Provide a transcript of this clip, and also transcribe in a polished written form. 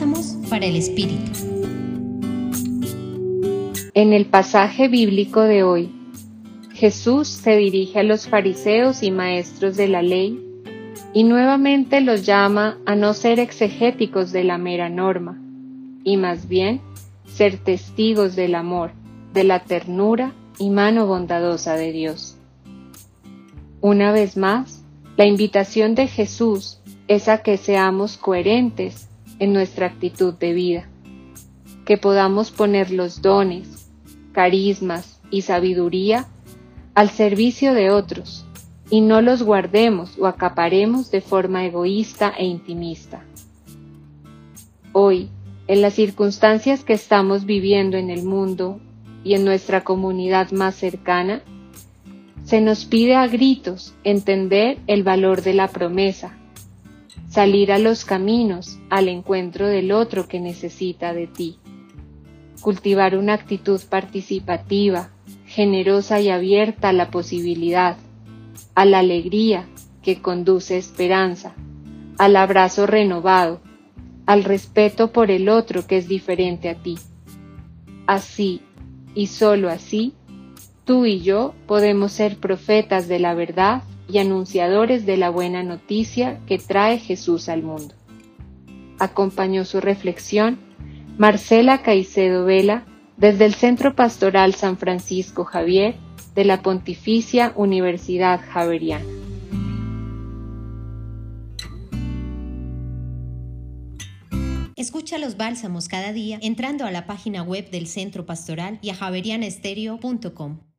Bálsamos para el Espíritu. En el pasaje bíblico de hoy, Jesús se dirige a los fariseos y maestros de la ley y nuevamente los llama a no ser exegéticos de la mera norma, y más bien ser testigos del amor, de la ternura y mano bondadosa de Dios. Una vez más, la invitación de Jesús es a que seamos coherentes en nuestra actitud de vida, que podamos poner los dones, carismas y sabiduría al servicio de otros y no los guardemos o acaparemos de forma egoísta e intimista. Hoy, en las circunstancias que estamos viviendo en el mundo y en nuestra comunidad más cercana, se nos pide a gritos entender el valor de la promesa, salir a los caminos al encuentro del otro que necesita de ti, cultivar una actitud participativa, generosa y abierta a la posibilidad, a la alegría que conduce esperanza, al abrazo renovado, al respeto por el otro que es diferente a ti. Así, y solo así, tú y yo podemos ser profetas de la verdad y anunciadores de la buena noticia que trae Jesús al mundo. Acompañó su reflexión Marcela Caicedo Vela desde el Centro Pastoral San Francisco Javier de la Pontificia Universidad Javeriana. Escucha los bálsamos cada día entrando a la página web del Centro Pastoral y a javerianaestereo.com.